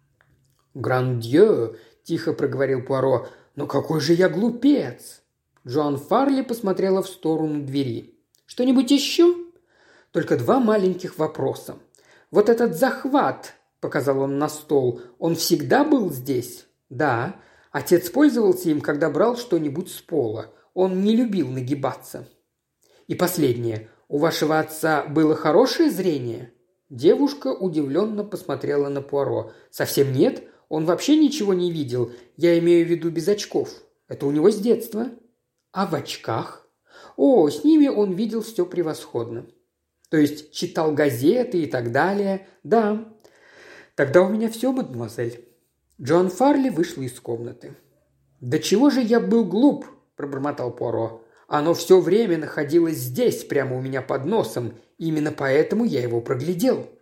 «Гран-дье», – тихо проговорил Пуаро, – «но какой же я глупец!» Джоан Фарли посмотрела в сторону двери. «Что-нибудь еще?» «Только два маленьких вопроса. Вот этот захват», – показал он на стол, – «он всегда был здесь?» «Да. Отец пользовался им, когда брал что-нибудь с пола. Он не любил нагибаться». «И последнее. У вашего отца было хорошее зрение?» Девушка удивленно посмотрела на Пуаро. «Совсем нет. Он вообще ничего не видел. Я имею в виду без очков. Это у него с детства». «А в очках?» «О, с ними он видел все превосходно». «То есть читал газеты и так далее?» «Да». «Тогда у меня все, мадемуазель». Джоан Фарли вышла из комнаты. «Да чего же я был глуп?» – пробормотал Пуаро. «Оно все время находилось здесь, прямо у меня под носом. Именно поэтому я его проглядел».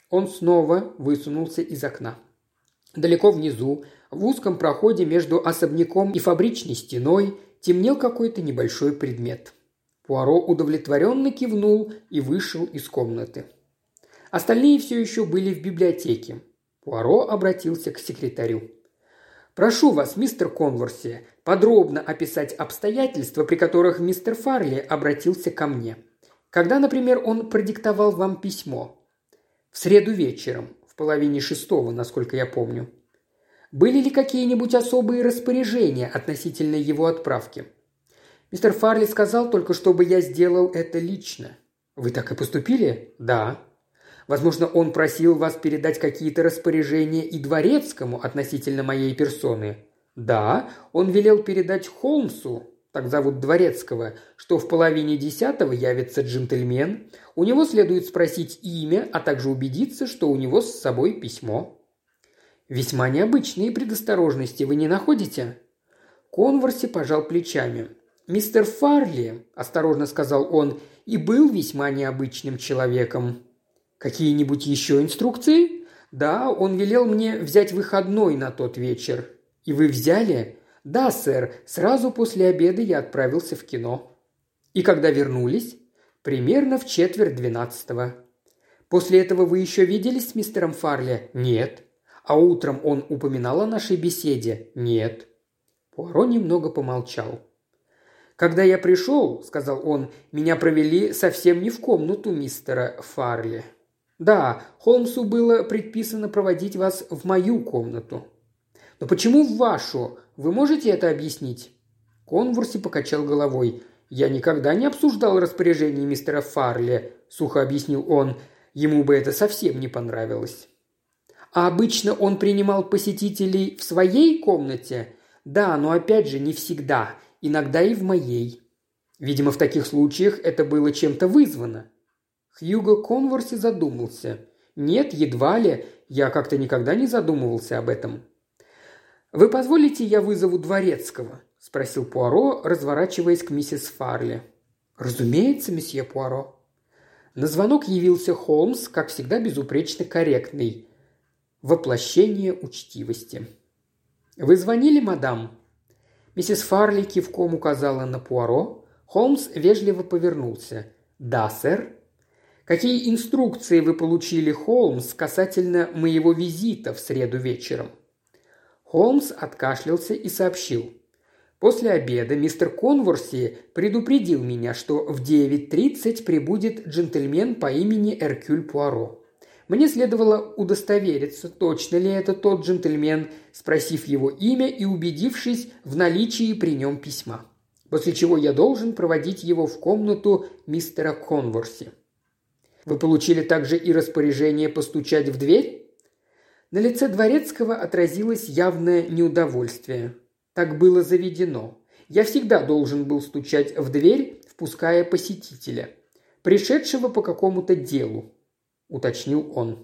Он снова высунулся из окна. Далеко внизу, в узком проходе между особняком и фабричной стеной, темнел какой-то небольшой предмет. Пуаро удовлетворенно кивнул и вышел из комнаты. Остальные все еще были в библиотеке. Пуаро обратился к секретарю. «Прошу вас, мистер Конворси, подробно описать обстоятельства, при которых мистер Фарли обратился ко мне. Когда, например, он продиктовал вам письмо?» «В среду вечером, в половине шестого, насколько я помню». «Были ли какие-нибудь особые распоряжения относительно его отправки?» «Мистер Фарли сказал только, чтобы я сделал это лично». «Вы так и поступили?» «Да». «Возможно, он просил вас передать какие-то распоряжения и дворецкому относительно моей персоны?» «Да, он велел передать Холмсу, так зовут дворецкого, что в половине десятого явится джентльмен. У него следует спросить имя, а также убедиться, что у него с собой письмо». «Весьма необычные предосторожности, вы не находите?» Конворси пожал плечами. «Мистер Фарли, – осторожно сказал он, – и был весьма необычным человеком». «Какие-нибудь еще инструкции?» «Да, он велел мне взять выходной на тот вечер». «И вы взяли?» «Да, сэр, сразу после обеда я отправился в кино». «И когда вернулись?» «Примерно в четверть двенадцатого». «После этого вы еще виделись с мистером Фарли?» «Нет». «А утром он упоминал о нашей беседе?» «Нет». Пуаро немного помолчал. «Когда я пришел, – сказал он, – меня провели совсем не в комнату мистера Фарли. Да, Холмсу было предписано проводить вас в мою комнату». «Но почему в вашу? Вы можете это объяснить?» Конворси покачал головой. «Я никогда не обсуждал распоряжение мистера Фарли», – сухо объяснил он. «Ему бы это совсем не понравилось». «А обычно он принимал посетителей в своей комнате?» «Да, но опять же не всегда. Иногда и в моей». «Видимо, в таких случаях это было чем-то вызвано». Хьюго Конворси задумался. «Нет, едва ли. Я как-то никогда не задумывался об этом». «Вы позволите, я вызову дворецкого?» – спросил Пуаро, разворачиваясь к миссис Фарли. «Разумеется, месье Пуаро». На звонок явился Холмс, как всегда безупречно корректный. Воплощение учтивости. «Вы звонили, мадам?» Миссис Фарли кивком указала на Пуаро. Холмс вежливо повернулся. «Да, сэр». «Какие инструкции вы получили, Холмс, касательно моего визита в среду вечером?» Холмс откашлялся и сообщил. «После обеда мистер Конворси предупредил меня, что в девять тридцать прибудет джентльмен по имени Эркюль Пуаро. Мне следовало удостовериться, точно ли это тот джентльмен, спросив его имя и убедившись в наличии при нем письма. После чего я должен проводить его в комнату мистера Конворси». «Вы получили также и распоряжение постучать в дверь?» На лице дворецкого отразилось явное неудовольствие. «Так было заведено. Я всегда должен был стучать в дверь, впуская посетителя, пришедшего по какому-то делу», – уточнил он.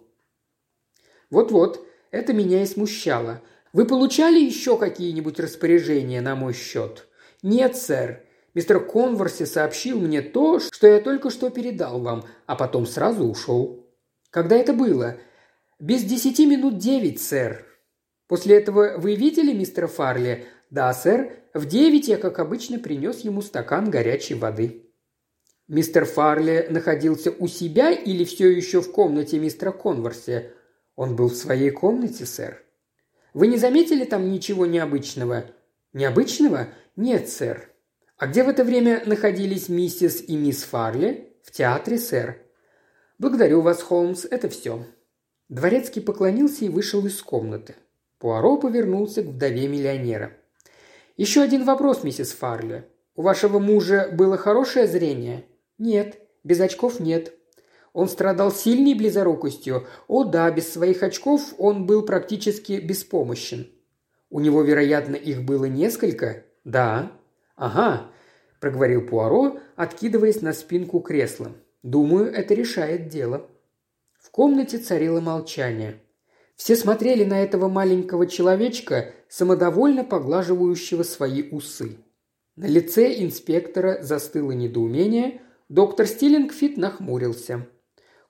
«Вот-вот, это меня и смущало. Вы получали еще какие-нибудь распоряжения на мой счет?» «Нет, сэр. Мистер Конворси сообщил мне то, что я только что передал вам, а потом сразу ушел». «Когда это было?» «Без десяти минут девять, сэр». «После этого вы видели мистера Фарли?» «Да, сэр. В девять я, как обычно, принес ему стакан горячей воды». «Мистер Фарли находился у себя или все еще в комнате мистера Конворси?» «Он был в своей комнате, сэр». «Вы не заметили там ничего необычного?» «Необычного? Нет, сэр». «А где в это время находились миссис и мисс Фарли?» «В театре, сэр». «Благодарю вас, Холмс, это все». Дворецкий поклонился и вышел из комнаты. Пуаро повернулся к вдове миллионера. «Еще один вопрос, миссис Фарли. У вашего мужа было хорошее зрение?» «Нет, без очков нет». «Он страдал сильной близорукостью?» «О да, без своих очков он был практически беспомощен». «У него, вероятно, их было несколько?» «Да». «Ага», – проговорил Пуаро, откидываясь на спинку кресла. «Думаю, это решает дело». В комнате царило молчание. Все смотрели на этого маленького человечка, самодовольно поглаживающего свои усы. На лице инспектора застыло недоумение, доктор Стиллингфит нахмурился.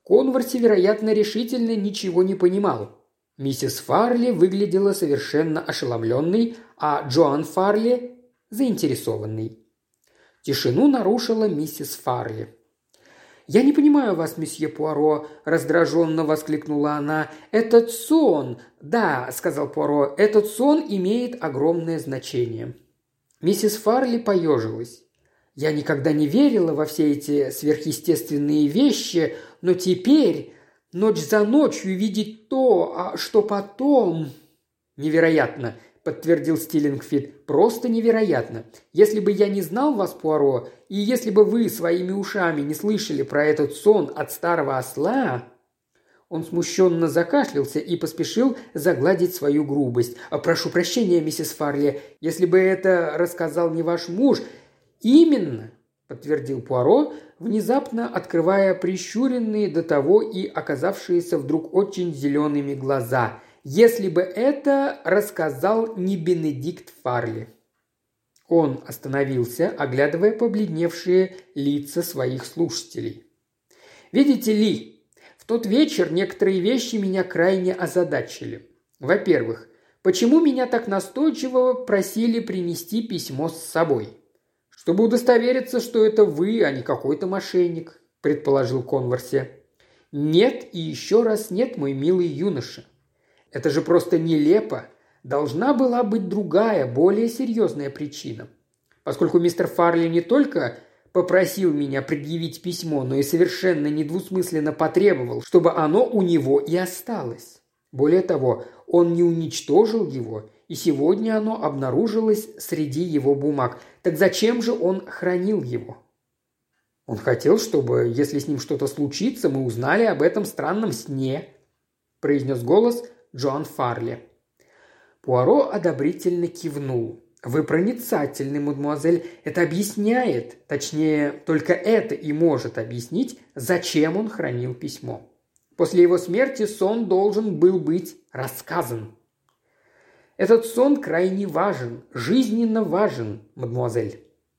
Конворси, вероятно, решительно ничего не понимал. Миссис Фарли выглядела совершенно ошеломленной, а Джоан Фарли – заинтересованной. Тишину нарушила миссис Фарли. «Я не понимаю вас, месье Пуаро», – раздраженно воскликнула она. «Этот сон...» «Да», – сказал Пуаро, – «этот сон имеет огромное значение». Миссис Фарли поежилась. «Я никогда не верила во все эти сверхъестественные вещи, но теперь, ночь за ночью, видеть то, а что потом...» «Невероятно», – подтвердил Стиллингфит, – «просто невероятно. Если бы я не знал вас, Пуаро, и если бы вы своими ушами не слышали про этот сон от старого осла...» Он смущенно закашлялся и поспешил загладить свою грубость. «Прошу прощения, миссис Фарли, если бы это рассказал не ваш муж...» «Именно», – подтвердил Пуаро, внезапно открывая прищуренные до того и оказавшиеся вдруг очень зелеными глаза. «Если бы это рассказал не Бенедикт Фарли». Он остановился, оглядывая побледневшие лица своих слушателей. «Видите ли, в тот вечер некоторые вещи меня крайне озадачили. Во-первых, почему меня так настойчиво просили принести письмо с собой?» «Чтобы удостовериться, что это вы, а не какой-то мошенник», – предположил Конворси. «Нет и еще раз нет, мой милый юноша. Это же просто нелепо. Должна была быть другая, более серьезная причина. Поскольку мистер Фарли не только попросил меня предъявить письмо, но и совершенно недвусмысленно потребовал, чтобы оно у него и осталось. Более того, он не уничтожил его, и сегодня оно обнаружилось среди его бумаг. Так зачем же он хранил его?» «Он хотел, чтобы, если с ним что-то случится, мы узнали об этом странном сне», – произнес голос Джоан Фарли. Пуаро одобрительно кивнул. «Вы проницательны, мадемуазель. Это объясняет, точнее, только это и может объяснить, зачем он хранил письмо. После его смерти сон должен был быть рассказан». «Этот сон крайне важен, жизненно важен, мадемуазель».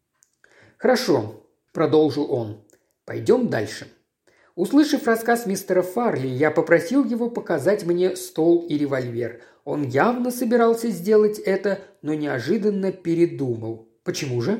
«Хорошо», – продолжил он. «Пойдем дальше. Услышав рассказ мистера Фарли, я попросил его показать мне стол и револьвер. Он явно собирался сделать это, но неожиданно передумал. Почему же?»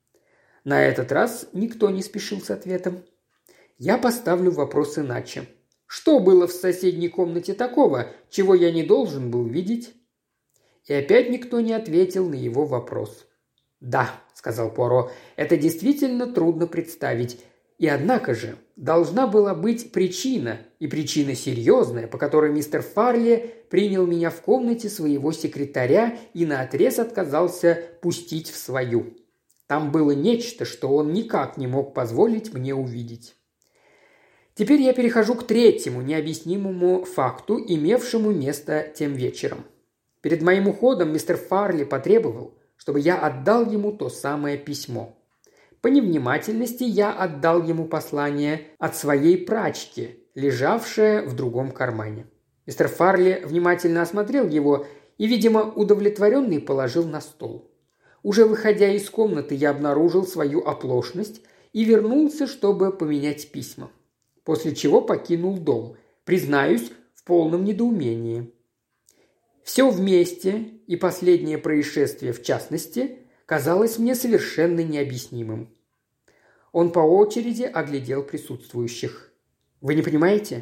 На этот раз никто не спешил с ответом. «Я поставлю вопрос иначе. Что было в соседней комнате такого, чего я не должен был видеть?» И опять никто не ответил на его вопрос. «Да», – сказал Пуаро, – «это действительно трудно представить. И однако же должна была быть причина, и причина серьезная, по которой мистер Фарли принял меня в комнате своего секретаря и наотрез отказался пустить в свою. Там было нечто, что он никак не мог позволить мне увидеть. Теперь я перехожу к третьему необъяснимому факту, имевшему место тем вечером. Перед моим уходом мистер Фарли потребовал, чтобы я отдал ему то самое письмо. По невнимательности я отдал ему послание от своей прачки, лежавшее в другом кармане. Мистер Фарли внимательно осмотрел его и, видимо, удовлетворенный положил на стол. Уже выходя из комнаты, я обнаружил свою оплошность и вернулся, чтобы поменять письма. После чего покинул дом, признаюсь, в полном недоумении. Все вместе, и последнее происшествие в частности, казалось мне совершенно необъяснимым. Он по очереди оглядел присутствующих. «Вы не понимаете?»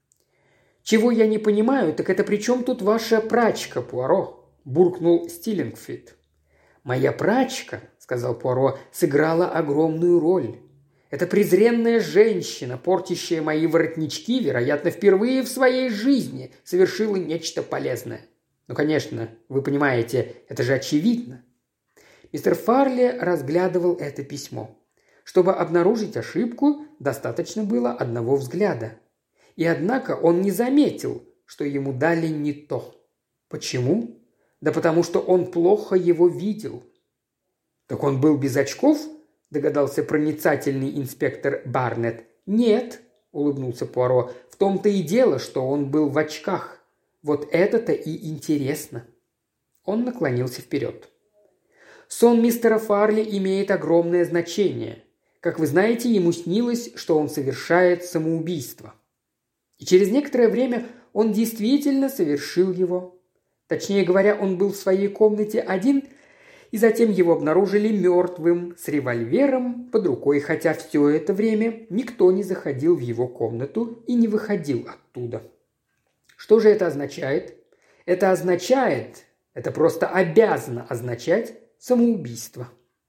«Чего я не понимаю, так это при чем тут ваша прачка, Пуаро?» – буркнул Стиллингфит. «Моя прачка, – сказал Пуаро, – сыграла огромную роль. Эта презренная женщина, портящая мои воротнички, вероятно, впервые в своей жизни совершила нечто полезное. Ну, конечно, вы понимаете, это же очевидно». Мистер Фарли разглядывал это письмо. Чтобы обнаружить ошибку, достаточно было одного взгляда. И однако он не заметил, что ему дали не то. Почему? Да потому что он плохо его видел. «Так он был без очков?» – догадался проницательный инспектор Барнетт. «Нет», – улыбнулся Пуаро, – «в том-то и дело, что он был в очках. Вот это-то и интересно». Он наклонился вперед. «Сон мистера Фарли имеет огромное значение. Как вы знаете, ему снилось, что он совершает самоубийство. И через некоторое время он действительно совершил его. Точнее говоря, он был в своей комнате один, и затем его обнаружили мертвым с револьвером под рукой, хотя все это время никто не заходил в его комнату и не выходил оттуда. Что же это означает? Это означает, это просто обязано означать самоубийство.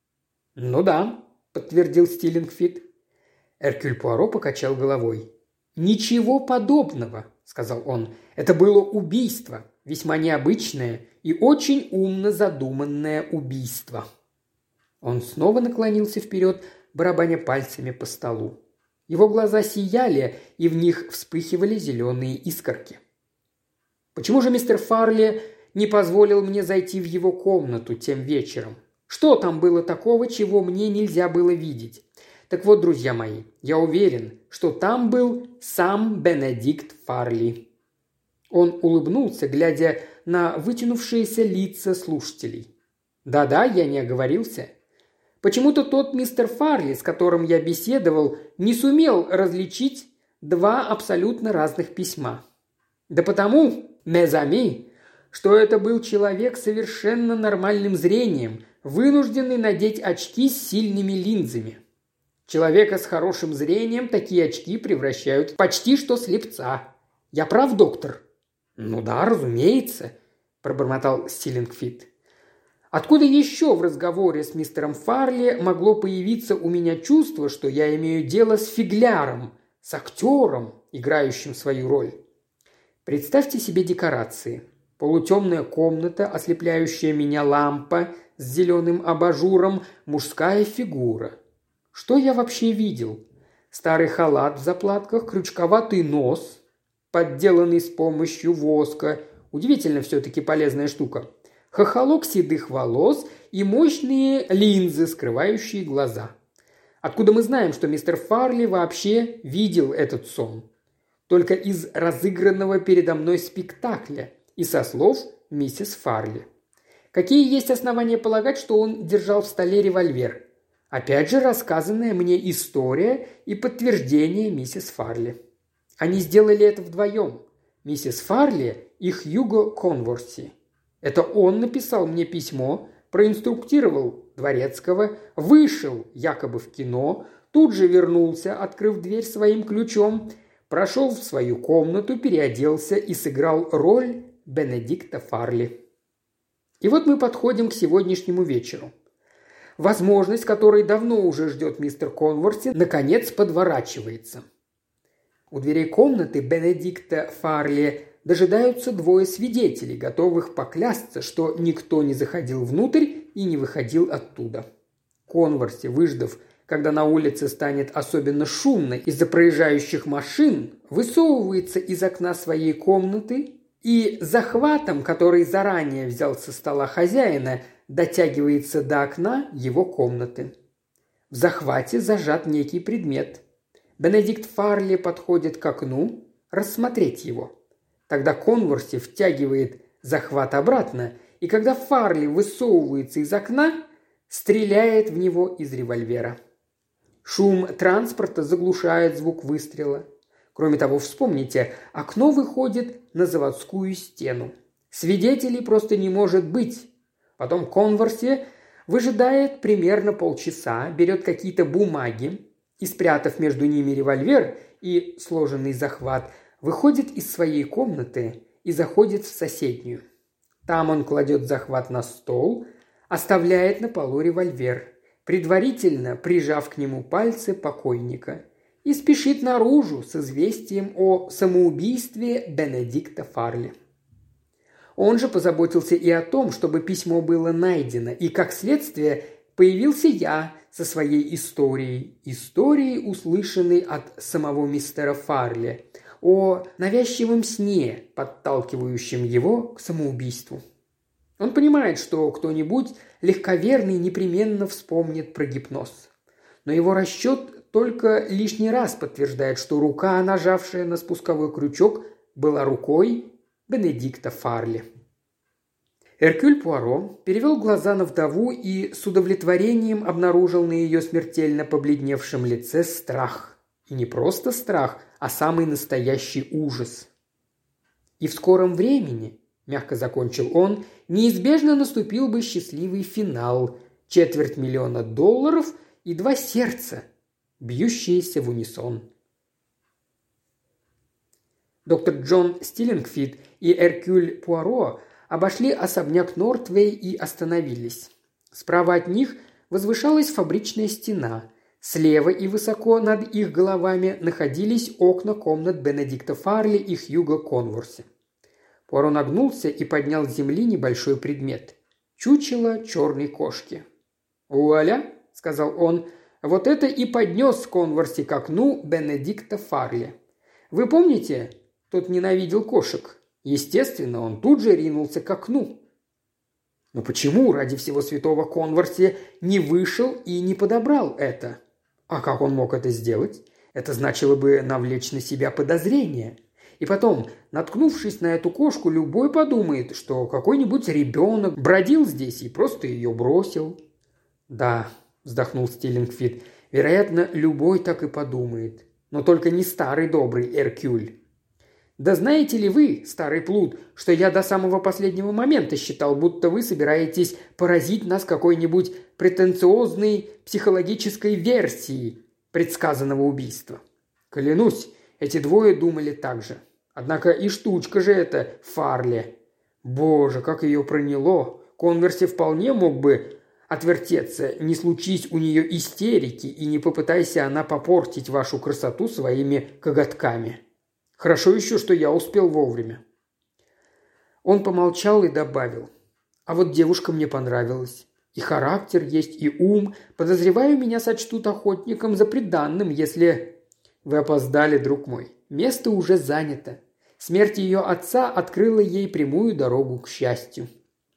«Ну да», – подтвердил Стиллингфит. Эркюль Пуаро покачал головой. «Ничего подобного», – сказал он. «Это было убийство, весьма необычное и очень умно задуманное убийство». Он снова наклонился вперед, барабаня пальцами по столу. Его глаза сияли, и в них вспыхивали зеленые искорки. «Почему же мистер Фарли не позволил мне зайти в его комнату тем вечером? Что там было такого, чего мне нельзя было видеть? Так вот, друзья мои, я уверен, что там был сам Бенедикт Фарли». Он улыбнулся, глядя на вытянувшиеся лица слушателей. «Да-да, я не оговорился. Почему-то тот мистер Фарли, с которым я беседовал, не сумел различить два абсолютно разных письма. Да потому, мезами, что это был человек с совершенно нормальным зрением, вынужденный надеть очки с сильными линзами. Человека с хорошим зрением такие очки превращают в почти что слепца. Я прав, доктор?» «Ну да, разумеется», – пробормотал Стиллингфит. «Откуда еще в разговоре с мистером Фарли могло появиться у меня чувство, что я имею дело с фигляром, с актером, играющим свою роль? Представьте себе декорации. Полутемная комната, ослепляющая меня лампа с зеленым абажуром, мужская фигура. Что я вообще видел? Старый халат в заплатках, крючковатый нос, подделанный с помощью воска. Удивительно все-таки полезная штука. Хохолок седых волос и мощные линзы, скрывающие глаза. Откуда мы знаем, что мистер Фарли вообще видел этот сон? Только из разыгранного передо мной спектакля и со слов миссис Фарли. Какие есть основания полагать, что он держал в столе револьвер? Опять же рассказанная мне история и подтверждение миссис Фарли. Они сделали это вдвоем. Миссис Фарли и Хьюго Конворси. Это он написал мне письмо, проинструктировал Дворецкого, вышел якобы в кино, тут же вернулся, открыв дверь своим ключом, прошел в свою комнату, переоделся и сыграл роль Бенедикта Фарли. И вот мы подходим к сегодняшнему вечеру. Возможность, которой давно уже ждет мистер Конворси, наконец подворачивается. У дверей комнаты Бенедикта Фарли дожидаются двое свидетелей, готовых поклясться, что никто не заходил внутрь и не выходил оттуда. Конворси, выждав, когда на улице станет особенно шумно из-за проезжающих машин, высовывается из окна своей комнаты и захватом, который заранее взял со стола хозяина, дотягивается до окна его комнаты. В захвате зажат некий предмет. Бенедикт Фарли подходит к окну рассмотреть его. Тогда Конворси втягивает захват обратно, и когда Фарли высовывается из окна, стреляет в него из револьвера. Шум транспорта заглушает звук выстрела. Кроме того, вспомните, окно выходит на заводскую стену. Свидетелей просто не может быть. Потом Конворси выжидает примерно полчаса, берет какие-то бумаги и, спрятав между ними револьвер и сложенный захват, выходит из своей комнаты и заходит в соседнюю. Там он кладет захват на стол, оставляет на полу револьвер, предварительно прижав к нему пальцы покойника, и спешит наружу с известием о самоубийстве Бенедикта Фарли. Он же позаботился и о том, чтобы письмо было найдено, и, как следствие, появился я со своей историей, историей, услышанной от самого мистера Фарли, о навязчивом сне, подталкивающем его к самоубийству. Он понимает, что кто-нибудь легковерный непременно вспомнит про гипноз. Но его расчет только лишний раз подтверждает, что рука, нажавшая на спусковой крючок, была рукой Бенедикта Фарли. Эркюль Пуаро перевел глаза на вдову и с удовлетворением обнаружил на ее смертельно побледневшем лице страх. И не просто страх, а самый настоящий ужас. И в скором времени, мягко закончил он, неизбежно наступил бы счастливый финал. Четверть миллиона долларов и два сердца, бьющиеся в унисон. Доктор Джон Стиллингфит и Эркюль Пуаро обошли особняк Нортвей и остановились. Справа от них возвышалась фабричная стена. Слева и высоко над их головами находились окна комнат Бенедикта Фарли и Хьюго Конворси. Пуаро нагнулся и поднял с земли небольшой предмет. Чучело черной кошки. «Вуаля!» – сказал он. «Вот это и поднес Конворси к окну Бенедикта Фарли. Вы помните, тот ненавидел кошек? Естественно, он тут же ринулся к окну. Но почему ради всего святого Конворси не вышел и не подобрал это? А как он мог это сделать? Это значило бы навлечь на себя подозрения. И потом, наткнувшись на эту кошку, любой подумает, что какой-нибудь ребенок бродил здесь и просто ее бросил». «Да», – вздохнул Стиллингфит, – «вероятно, любой так и подумает. Но только не старый добрый Эркюль. Да знаете ли вы, старый плут, что я до самого последнего момента считал, будто вы собираетесь поразить нас какой-нибудь претенциозной психологической версией предсказанного убийства? Клянусь, эти двое думали так же. Однако и штучка же эта Фарли. Боже, как ее проняло! Конверси вполне мог бы отвертеться, не случись у нее истерики, и не попытайся она попортить вашу красоту своими коготками. Хорошо еще, что я успел вовремя». Он помолчал и добавил. «А вот девушка мне понравилась. И характер есть, и ум. Подозреваю, меня сочтут охотником за приданным, если...» «Вы опоздали, друг мой. Место уже занято. Смерть ее отца открыла ей прямую дорогу к счастью.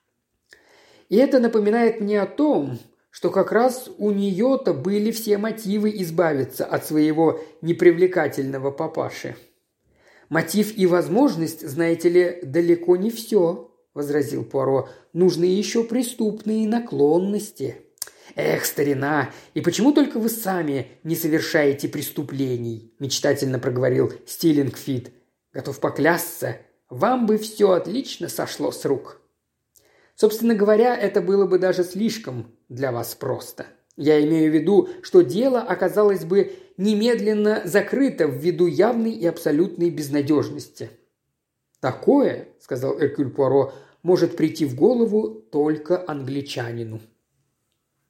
И это напоминает мне о том, что как раз у нее-то были все мотивы избавиться от своего непривлекательного папаши». «Мотив и возможность, знаете ли, далеко не все», – возразил Пуаро. «Нужны еще преступные наклонности». «Эх, старина, и почему только вы сами не совершаете преступлений?» – мечтательно проговорил Стиллингфит. «Готов поклясться, вам бы все отлично сошло с рук». «Собственно говоря, это было бы даже слишком для вас просто. Я имею в виду, что дело оказалось бы немедленно закрыто ввиду явной и абсолютной безнадежности». «Такое, – сказал Эркюль Пуаро, – может прийти в голову только англичанину».